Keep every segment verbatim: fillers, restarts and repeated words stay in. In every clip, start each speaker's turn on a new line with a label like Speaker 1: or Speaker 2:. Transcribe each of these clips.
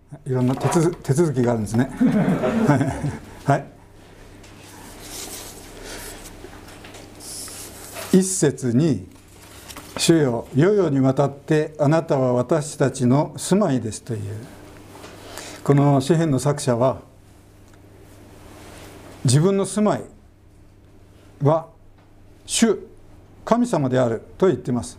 Speaker 1: いろんな手続手続きがあるんですねはい、一節に主よ、世々にわたってあなたは私たちの住まいですという、この詩編の作者は自分の住まいは主神様であると言っています。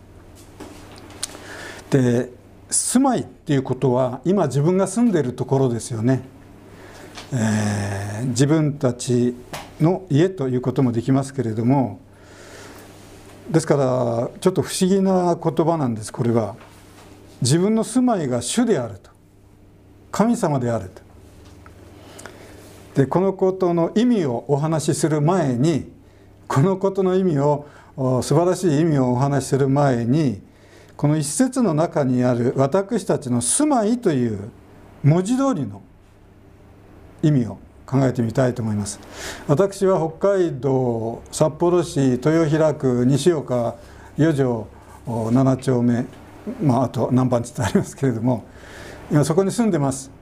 Speaker 1: で、住まいっていうことは今自分が住んでいるところですよね。えー、自分たちの家ということもできますけれども、ですからちょっと不思議な言葉なんです。これは自分の住まいが主であると、神様であると。で、このことの意味をお話しする前に、このことの意味を素晴らしい意味をお話しする前に、この一節の中にある私たちの住まいという文字通りの意味を考えてみたいと思います。私は北海道札幌市豊平区西岡よ条なな丁目、まあ、あと何番地ってありますけれども、今そこに住んでます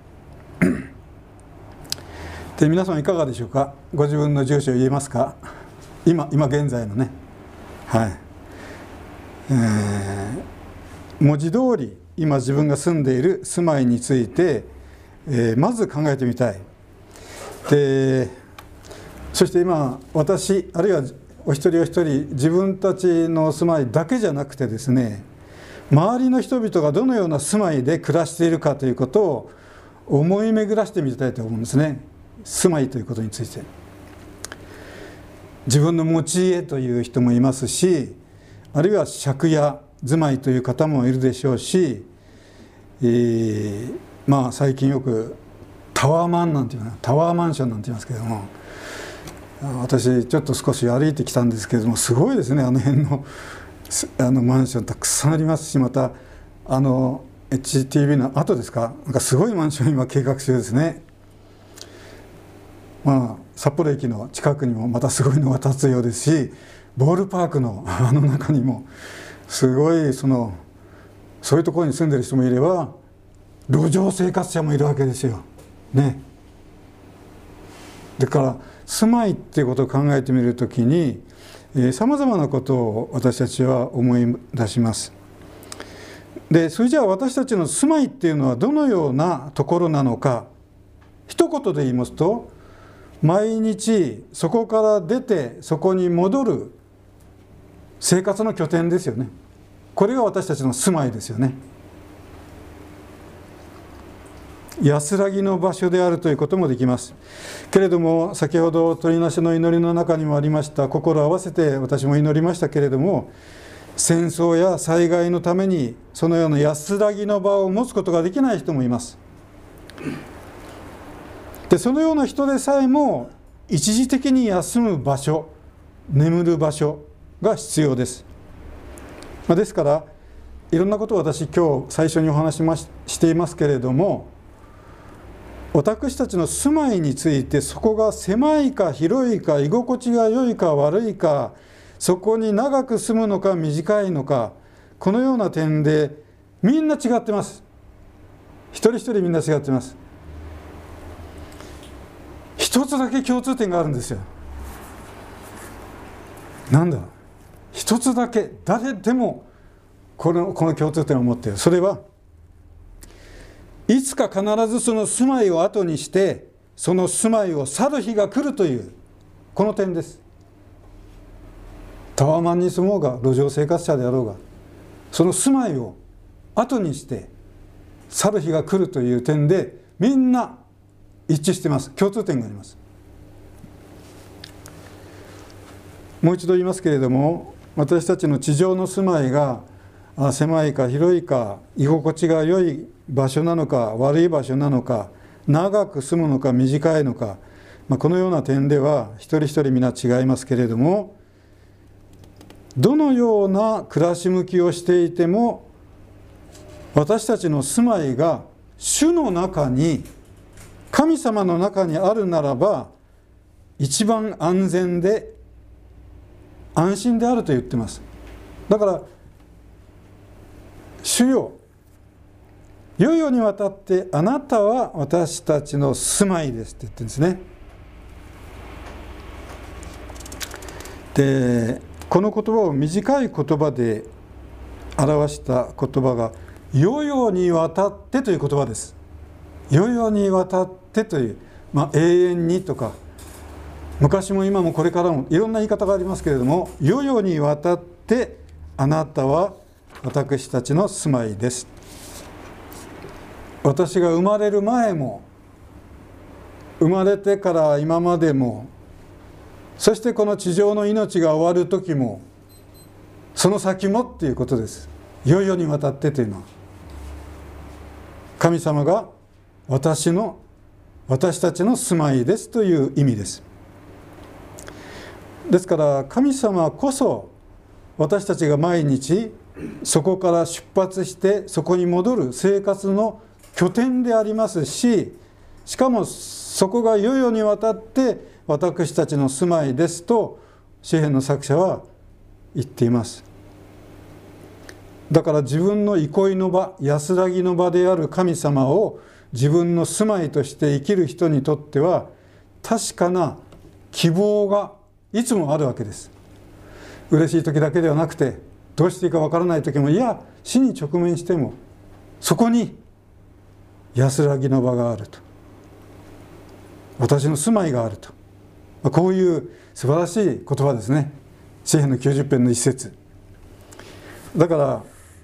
Speaker 1: で、皆さんいかがでしょうか。ご自分の住所を言えますか。今今現在のね、はい、えー、文字通り今自分が住んでいる住まいについて、えー、まず考えてみたい。で、そして今私あるいはお一人お一人自分たちの住まいだけじゃなくてですね、周りの人々がどのような住まいで暮らしているかということを思い巡らしてみたいと思うんですね。住まいということについて。自分の持ち家という人もいますし、あるいは借家住まいという方もいるでしょうし、えー、まあ最近よくタワーマンなんていうのタワーマンションなんて言いますけれども、私ちょっと少し歩いてきたんですけれども、すごいですね、あの辺のあのマンションたくさんありますし、またあの エイチティービー の後ですか、なんかすごいマンション今計画中ですね。まあ札幌駅の近くにもまたすごいのが建つようですし、ボールパークのあの中にもすごいそのそういうところに住んでる人もいれば、路上生活者もいるわけですよね。だから住まいっていうことを考えてみるときにさまざまなことを私たちは思い出します。で、それじゃあ私たちの住まいっていうのはどのようなところなのか、一言で言いますと、毎日そこから出てそこに戻る生活の拠点ですよね。これが私たちの住まいですよね。安らぎの場所であるということもできますけれども、先ほど鳥なしの祈りの中にもありました、心を合わせて私も祈りましたけれども、戦争や災害のためにそのような安らぎの場を持つことができない人もいます。で、そのような人でさえも一時的に休む場所、眠る場所が必要です。ですからいろんなことを私今日最初にお話しまししていますけれども、私たちの住まいについて、そこが狭いか広いか、居心地が良いか悪いか、そこに長く住むのか短いのか、このような点でみんな違ってます。一人一人みんな違ってます。一つだけ共通点があるんですよ。なんだ、一つだけ誰でもこの、この共通点を持っている。それはいつか必ずその住まいを後にしてその住まいを去る日が来るというこの点です。タワーマンに住もうが路上生活者であろうが、その住まいを後にして去る日が来るという点でみんな一致しています。共通点があります。もう一度言いますけれども、私たちの地上の住まいが狭いか広いか、居心地が良い場所なのか悪い場所なのか、長く住むのか短いのか、まあ、このような点では一人一人皆違いますけれども、どのような暮らし向きをしていても、私たちの住まいが主の中に、神様の中にあるならば一番安全で安心であると言ってます。だから主よ、 世々にわたってあなたは私たちの住まいですって言ってるんですね。でこの言葉を短い言葉で表した言葉が世々にわたってという言葉です。世々にわたってという、まあ、永遠にとか昔も今もこれからもいろんな言い方がありますけれども、世々にわたってあなたは私たちの住まいです。私が生まれる前も生まれてから今までも、そしてこの地上の命が終わる時も、その先もっていうことです。世々にわたってというのは神様が私の私たちの住まいですという意味です。ですから神様こそ私たちが毎日そこから出発してそこに戻る生活の拠点でありますし、しかもそこが世々にわたって私たちの住まいですと詩編の作者は言っています。だから自分の憩いの場、安らぎの場である神様を自分の住まいとして生きる人にとっては確かな希望がいつもあるわけです。嬉しい時だけではなくて、どうしていいかわからない時も、いや死に直面してもそこに安らぎの場があると、私の住まいがあると、こういう素晴らしい言葉ですね。詩編のきゅうじゅっ編の一節だから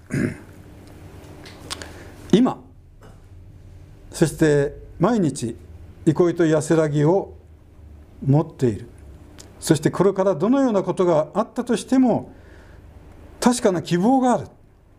Speaker 1: 今そして毎日憩いと安らぎを持っている。そしてこれからどのようなことがあったとしても確かな希望がある。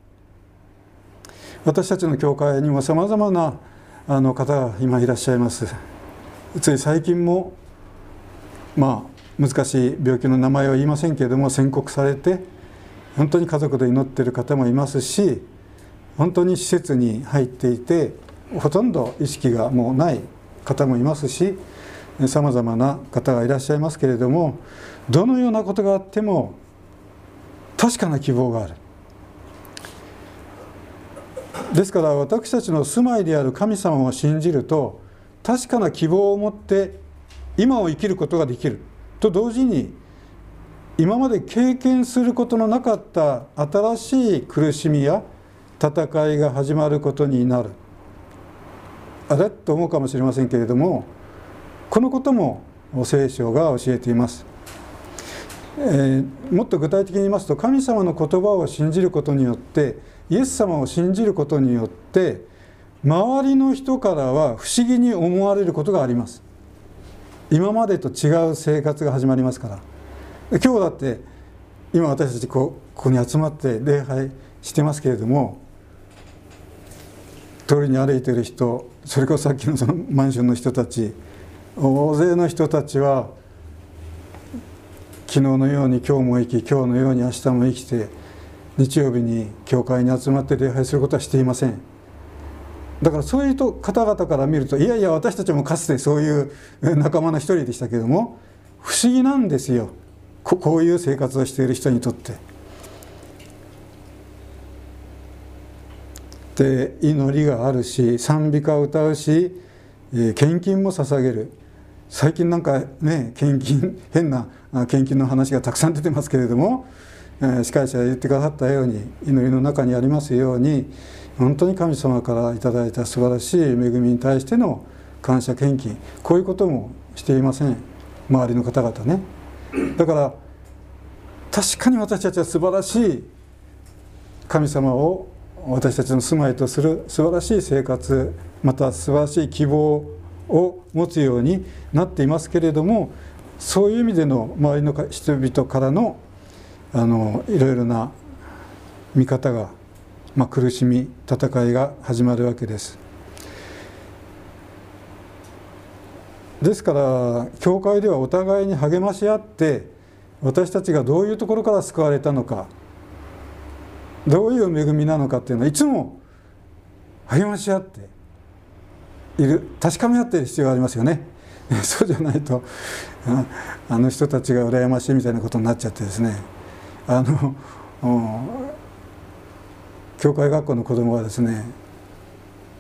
Speaker 1: 私たちの教会にもさまざまなあの方が今いらっしゃいます。つい最近もまあ難しい病気の名前は言いませんけれども宣告されて本当に家族で祈っている方もいますし、本当に施設に入っていてほとんど意識がもうない方もいますし、さまざまな方がいらっしゃいますけれども、どのようなことがあっても確かな希望がある。ですから私たちの住まいである神様を信じると確かな希望を持って今を生きることができると同時に、今まで経験することのなかった新しい苦しみや戦いが始まることになる。あれと思うかもしれませんけれども、このことも聖書が教えています。えー、もっと具体的に言いますと、神様の言葉を信じることによって、イエス様を信じることによって周りの人からは不思議に思われることがあります。今までと違う生活が始まりますから。今日だって今私たちこうここに集まって礼拝してますけれども、通りに歩いている人、それこそさっきのそのマンションの人たち、大勢の人たちは昨日のように今日も生き、今日のように明日も生きて、日曜日に教会に集まって礼拝することはしていません。だからそういう方々から見ると、いやいや私たちもかつてそういう仲間の一人でしたけれども、不思議なんですよ、こういう生活をしている人にとって。で祈りがあるし、賛美歌を歌うし、献金も捧げる。最近なんかね、献金、変な献金の話がたくさん出てますけれども、司会者が言ってくださったように、祈りの中にありますように、本当に神様からいただいた素晴らしい恵みに対しての感謝献金、こういうこともしていません、周りの方々ね。だから確かに私たちは素晴らしい神様を私たちの住まいとする素晴らしい生活、また素晴らしい希望を持つようになっていますけれども、そういう意味での周りの人々からのあのいろいろな見方が、まあ、苦しみ戦いが始まるわけです。ですから教会ではお互いに励まし合って、私たちがどういうところから救われたのか、どういう恵みなのかっていうのはいつも励まし合っている、確かめ合っている必要がありますよね。そうじゃないとあの人たちが羨ましいみたいなことになっちゃってですね、あの教会学校の子供はですね、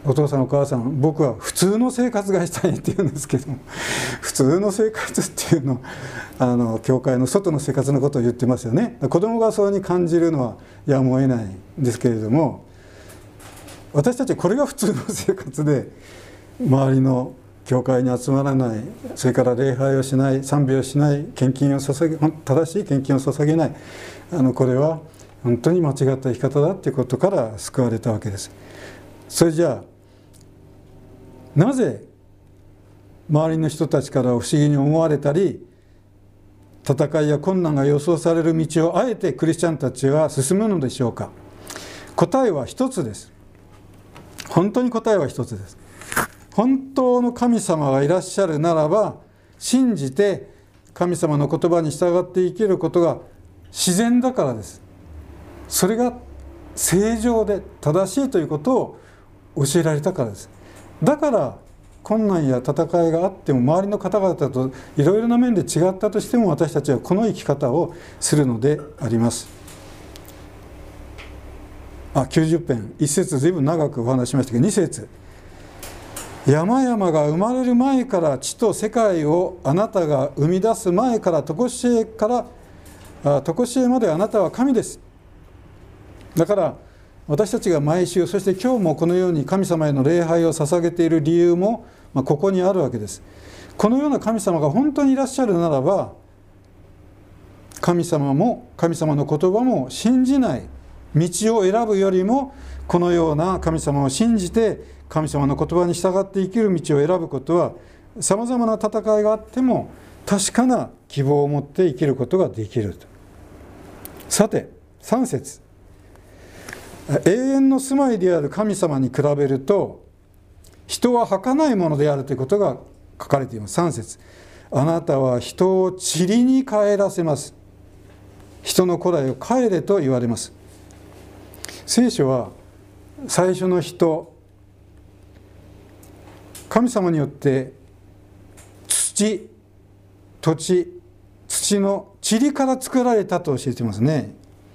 Speaker 1: お父さんお母さん、僕は普通の生活がしたいって言うんですけども、普通の生活っていうのあの教会の外の生活のことを言ってますよね。子供がそうに感じるのはやむを得ないんですけれども、私たちこれが普通の生活で、周りの教会に集まらない、それから礼拝をしない、賛美をしない、献金を捧げ正しい献金を捧げない、あのこれは本当に間違った生き方だということから救われたわけです。それじゃあなぜ周りの人たちから不思議に思われたり、戦いや困難が予想される道をあえてクリスチャンたちは進むのでしょうか。答えは一つです。本当に答えは一つです。本当の神様がいらっしゃるならば、信じて神様の言葉に従って生きることが自然だからです。それが正常で正しいということを教えられたからです。だから困難や戦いがあっても、周りの方々といろいろな面で違ったとしても、私たちはこの生き方をするのであります。あ、きゅうじゅっぺん、いっ節ずいぶん長くお話しましたけど、に節、山々が生まれる前から地と世界をあなたが生み出す前から常しえから常しえまであなたは神です。だから私たちが毎週、そして今日もこのように神様への礼拝を捧げている理由も、まあ、ここにあるわけです。このような神様が本当にいらっしゃるならば、神様も神様の言葉も信じない道を選ぶよりも、このような神様を信じて神様の言葉に従って生きる道を選ぶことは、さまざまな戦いがあっても確かな希望を持って生きることができると。さてさん節、永遠の住まいである神様に比べると人は儚いものであるということが書かれています。さん節、あなたは人を塵に帰らせます。人の古来を帰れと言われます。聖書は最初の人、神様によって土、土地、土の塵から作られたと教えていますね。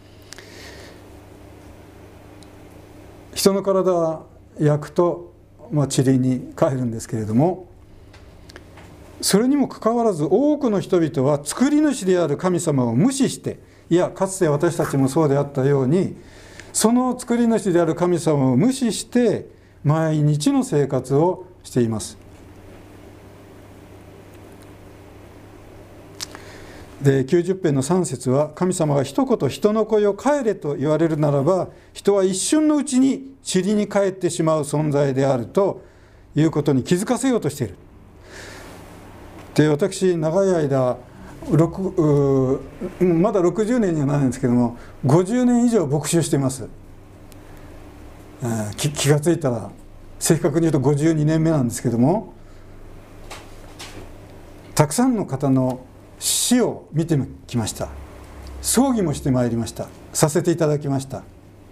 Speaker 1: 人の体は焼くと、まあ、塵に帰るんですけれども、それにもかかわらず多くの人々は作り主である神様を無視して、いやかつて私たちもそうであったように、その作り主である神様を無視して毎日の生活をしています。できゅうじゅっぺんのさん節は、神様が一言人の声を帰れと言われるならば、人は一瞬のうちに塵に帰ってしまう存在であるということに気づかせようとしている。で私長い間まだろくじゅうねんにはならないんですけども、ごじゅうねん以上牧師をしています。気, 気がついたら正確に言うとごじゅうにねんめなんですけども、たくさんの方の死を見てきました。葬儀もしてまいりましたさせていただきました。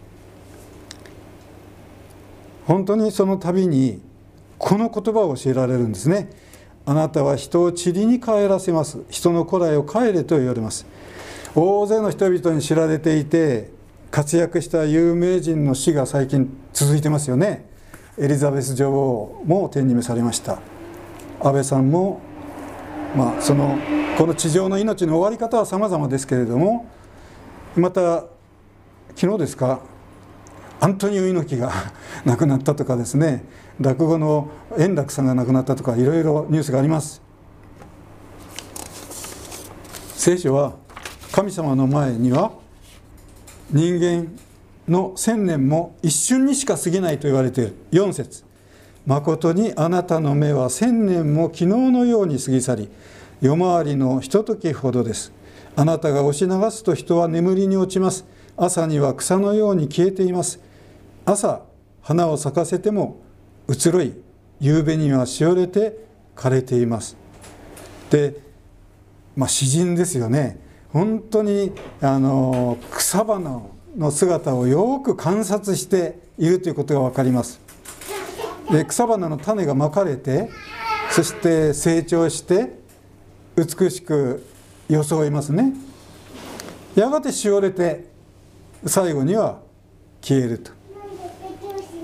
Speaker 1: 本当にその度にこの言葉を教えられるんですね。あなたは人を塵に帰らせます。人の古来を帰れと言われます。大勢の人々に知られていて活躍した有名人の死が最近続いてますよね。エリザベス女王も天に召されました。安倍さんも、まあ、そのこの地上の命の終わり方は様々ですけれども、また昨日ですか、アントニオ猪木が亡くなったとかですね、落語の円楽さんが亡くなったとか、いろいろニュースがあります。聖書は神様の前には人間の千年も一瞬にしか過ぎないと言われている。よん節、誠にあなたの目は千年も昨日のように過ぎ去り、夜回りのひとときほどです。あなたが押し流すと人は眠りに落ちます。朝には草のように消えています。朝花を咲かせても移ろい、夕べにはしおれて枯れています。で、まあ、詩人ですよね。本当にあの草花の姿をよく観察しているということが分かります。で、草花の種がまかれて、そして成長して美しく装いますね。やがてしおれて最後には消えると。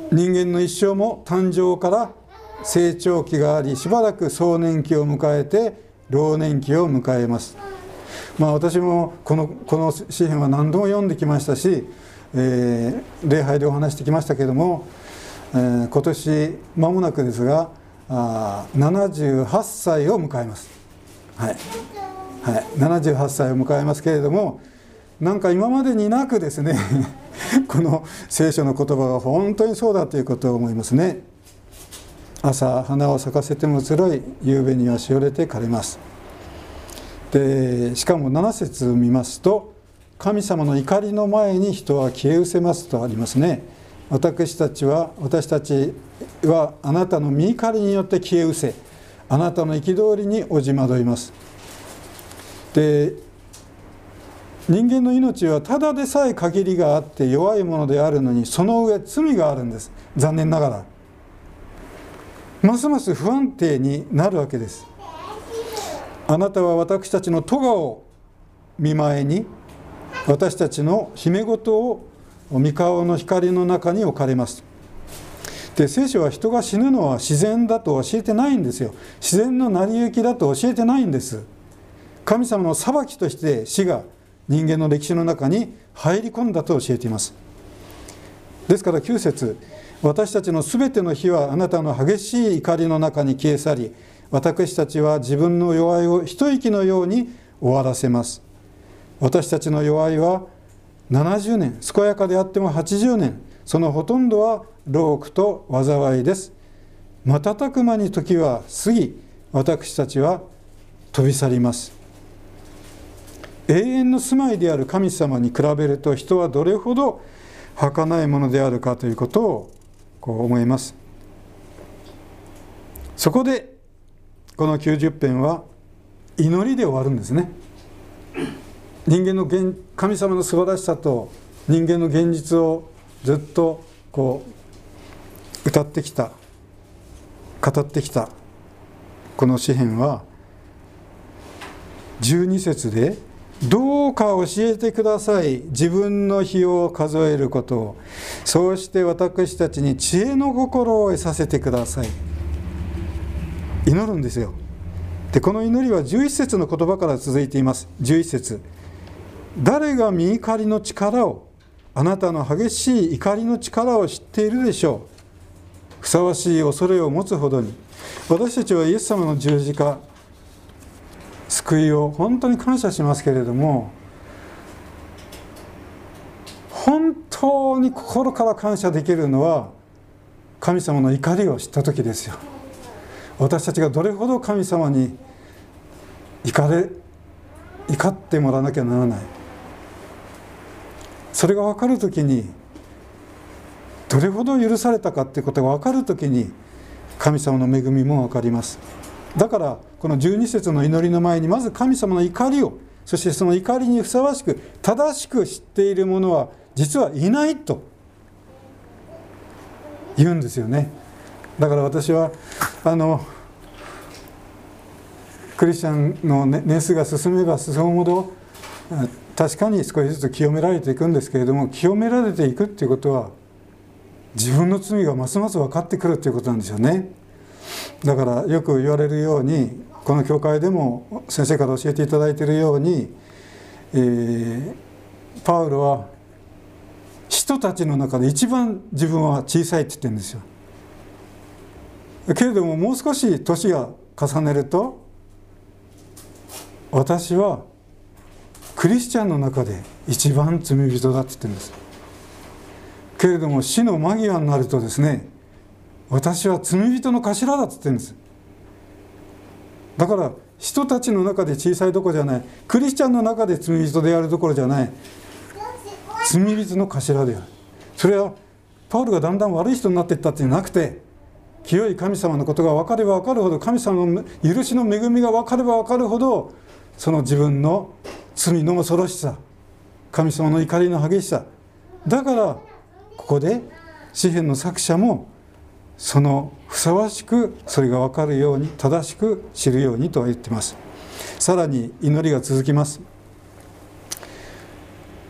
Speaker 1: 人間の一生も誕生から成長期があり、しばらく壮年期を迎えて老年期を迎えます。まあ、私もこの、この詩篇は何度も読んできましたし、えー、礼拝でお話してきましたけれども、えー、今年間もなくですがあななじゅうはっさいを迎えます。はい、はい、ななじゅうはっさいを迎えますけれども、なんか今までになくですねこの聖書の言葉が本当にそうだということを思いますね。朝花を咲かせても移ろい、夕べにはしおれて枯れます。でしかもなな節見ますと、神様の怒りの前に人は消え失せますとありますね。私たちは私たちはあなたの御怒りによって消え失せ、あなたの憤りにおじまどいます。で人間の命はただでさえ限りがあって弱いものであるのに、その上罪があるんです。残念ながらますます不安定になるわけです。あなたは私たちの咎を見舞いに、私たちの秘め事を御顔の光の中に置かれます。で聖書は人が死ぬのは自然だと教えてないんですよ。自然の成り行きだと教えてないんです。神様の裁きとして死が人間の歴史の中に入り込んだと教えています。ですからきゅう節、私たちのすべての火はあなたの激しい怒りの中に消え去り、私たちは自分の弱いを一息のように終わらせます。私たちの弱いはななじゅうねん、健やかであってもはちじゅうねん、そのほとんどは労苦と災いです。瞬く間に時は過ぎ、私たちは飛び去ります。永遠の住まいである神様に比べると、人はどれほど儚いものであるかということをこう思います。そこでこのきゅうじゅっ編は祈りで終わるんですね。人間の現神様の素晴らしさと人間の現実をずっとこう歌ってきた、語ってきたこの詩編はじゅうに節で、どうか教えてください、自分の日を数えることを、そうして私たちに知恵の心を得させてください。祈るんですよ。でこの祈りはじゅういっ節の言葉から続いています。じゅういっ節、誰が御怒りの力を、あなたの激しい怒りの力を知っているでしょう。ふさわしい恐れを持つほどに。私たちはイエス様の十字架、救いを本当に感謝しますけれども、本当に心から感謝できるのは神様の怒りを知った時ですよ。私たちがどれほど神様に怒れ怒ってもらわなきゃならない、それが分かる時に、どれほど許されたかっていうことが分かる時に、神様の恵みも分かります。だからこのじゅうに節の祈りの前に、まず神様の怒りを、そしてその怒りにふさわしく正しく知っている者は実はいないと言うんですよね。だから私はあのクリスチャンの年数が進めば進むほど、確かに少しずつ清められていくんですけれども、清められていくっていうことは自分の罪がますます分かってくるということなんですよね。だからよく言われるように、この教会でも先生から教えていただいているように、えー、パウロは人たちの中で一番自分は小さいって言ってるんですよ。けれどももう少し年が重ねると、私はクリスチャンの中で一番罪人だって言ってるんです。けれども死の間際になるとですね、私は罪人の頭だって言ってるんです。だから人たちの中で小さいどころじゃない、クリスチャンの中で罪人であるどころじゃない、罪人の頭である。それはパウルがだんだん悪い人になっていったっていうんじゃなくて、清い神様のことが分かれば分かるほど、神様の許しの恵みが分かれば分かるほど、その自分の罪の恐ろしさ、神様の怒りの激しさ、だからここで詩篇の作者もそのふさわしくそれが分かるように、正しく知るようにと言っています。さらに祈りが続きます。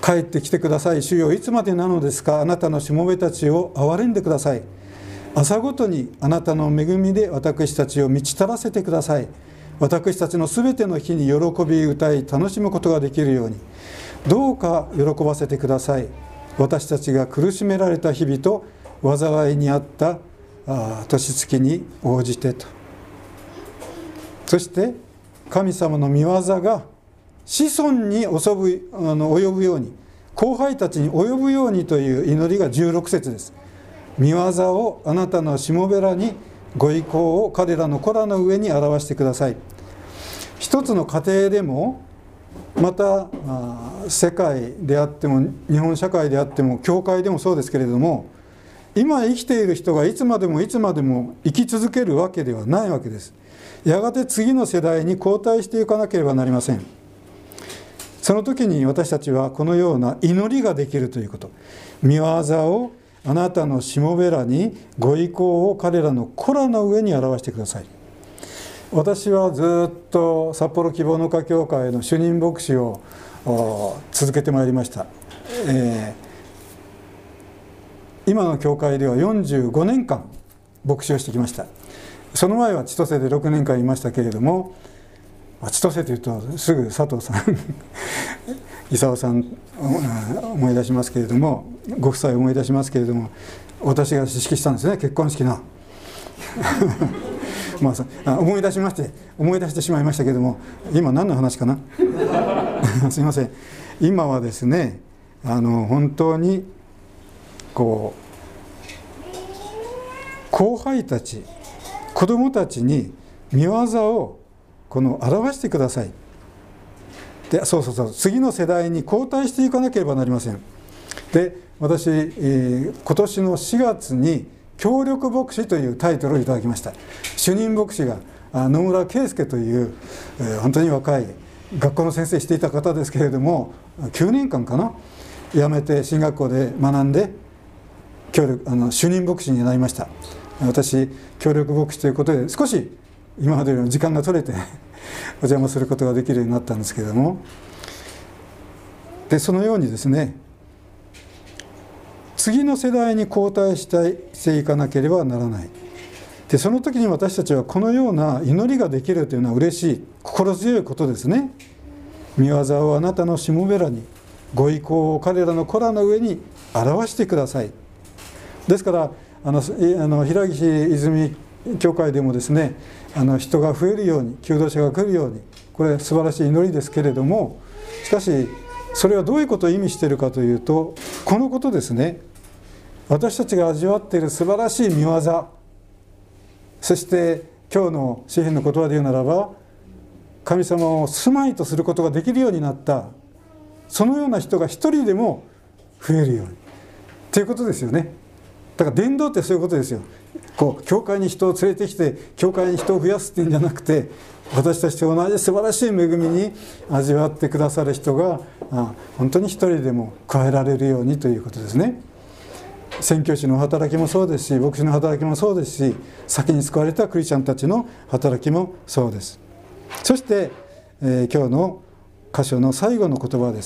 Speaker 1: 帰ってきてください。主よ、いつまでなのですか。あなたのしもべたちを憐れんでください。朝ごとにあなたの恵みで私たちを満ち足らせてください。私たちのすべての日に喜び歌い楽しむことができるようにどうか喜ばせてください。私たちが苦しめられた日々と災いにあったあ年月に応じてと。そして神様の御業が子孫に及ぶ、あの及ぶように、後輩たちに及ぶようにという祈りがじゅうろく節です。御業をあなたのしもべらに、ご意向を彼らの子らの上に表してください。一つの家庭でも、また世界であっても日本社会であっても教会でもそうですけれども、今生きている人がいつまでもいつまでも生き続けるわけではないわけです。やがて次の世代に交代していかなければなりません。その時に私たちはこのような祈りができるということ。御業をあなたのしもべらに、ご意向を彼らの子らの上に表してください。私はずっと札幌希望の花教会の主任牧師を続けてまいりました。えー、今の教会ではよんじゅうごねんかん牧師をしてきました。その前は千歳でろくねんかんいましたけれども、千歳というとすぐ佐藤さん功さん思い出しますけれども、ご夫妻思い出しますけれども、私が指揮したんですね、結婚式のまあ、思い出しまして思い出してしまいましたけれども、今何の話かなすいません。今はですね、あの本当にこう後輩たち、子どもたちに御業をこの表してください。で、そうそうそう、次の世代に交代していかなければなりません。で、私、えー、今年のしがつに協力牧師というタイトルをいただきました。主任牧師が野村圭介という、えー、本当に若い学校の先生していた方ですけれども、きゅうねんかんかな、辞めて進学校で学んで協力あの主任牧師になりました。私協力牧師ということで少し今までよりも時間が取れてお邪魔することができるようになったんですけれども、でそのようにですね、次の世代に交代していかなければならない。でその時に私たちはこのような祈りができるというのは嬉しい、心強いことですね。御業をあなたのしもべらに、ご意向を彼らの子らの上に表してください。ですからあのあの平岸泉教会でもですね、あの人が増えるように、求道者が来るように、これ素晴らしい祈りですけれども、しかしそれはどういうことを意味しているかというと、このことですね。私たちが味わっている素晴らしい御業、そして今日の詩篇の言葉で言うならば、神様を住まいとすることができるようになった、そのような人が一人でも増えるようにということですよね。だから伝道ってそういうことですよ。こう教会に人を連れてきて教会に人を増やすっていうんじゃなくて、私たちと同じ素晴らしい恵みに味わってくださる人が本当に一人でも加えられるようにということですね。宣教師の働きもそうですし、牧師の働きもそうですし、先に救われたクリスチャンたちの働きもそうです。そして、えー、今日の箇所の最後の言葉です。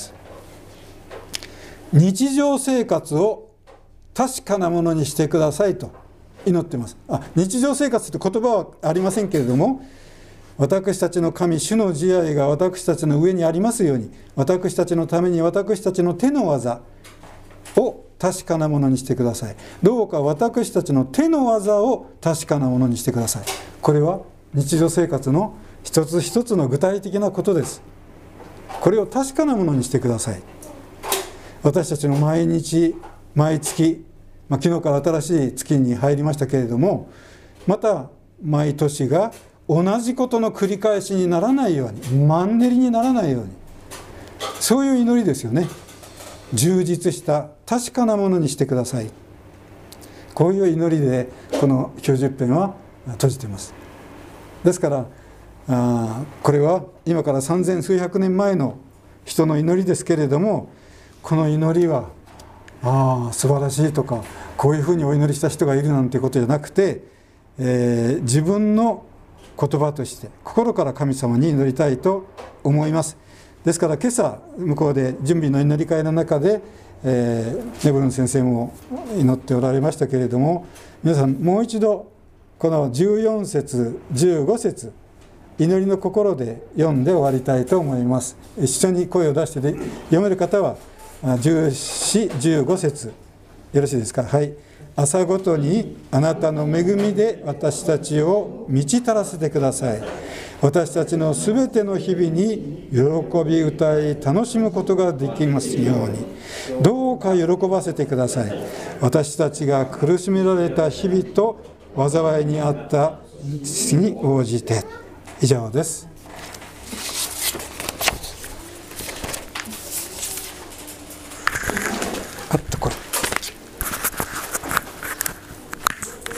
Speaker 1: 日常生活を確かなものにしてくださいと祈っています。あ、日常生活って言葉はありませんけれども、私たちの神主の慈愛が私たちの上にありますように、私たちのために私たちの手の技を確かなものにしてください。どうか私たちの手の技を確かなものにしてください。これは日常生活の一つ一つの具体的なことです。これを確かなものにしてください。私たちの毎日毎月、まあ、昨日から新しい月に入りましたけれども、また毎年が同じことの繰り返しにならないように、マンネリにならないように、そういう祈りですよね。充実した確かなものにしてください。こういう祈りでこのきゅうじゅっぺんは閉じています。ですからあこれは今からさんぜんすうひゃくねんまえの人の祈りですけれども、この祈りはああ素晴らしいとか、こういうふうにお祈りした人がいるなんていうことじゃなくて、えー、自分の言葉として心から神様に祈りたいと思います。 ですから今朝向こうで準備の祈り会の中で、えー、ネブロン先生も祈っておられましたけれども、皆さんもう一度このじゅうよん節じゅうご節祈りの心で読んで終わりたいと思います。一緒に声を出してで読める方はじゅうよん、じゅうご節よろしいですか。はい。朝ごとにあなたの恵みで私たちを満ち足らせてください。私たちのすべての日々に喜び歌い楽しむことができますように、どうか喜ばせてください。私たちが苦しめられた日々と災いにあったに応じて。以上です。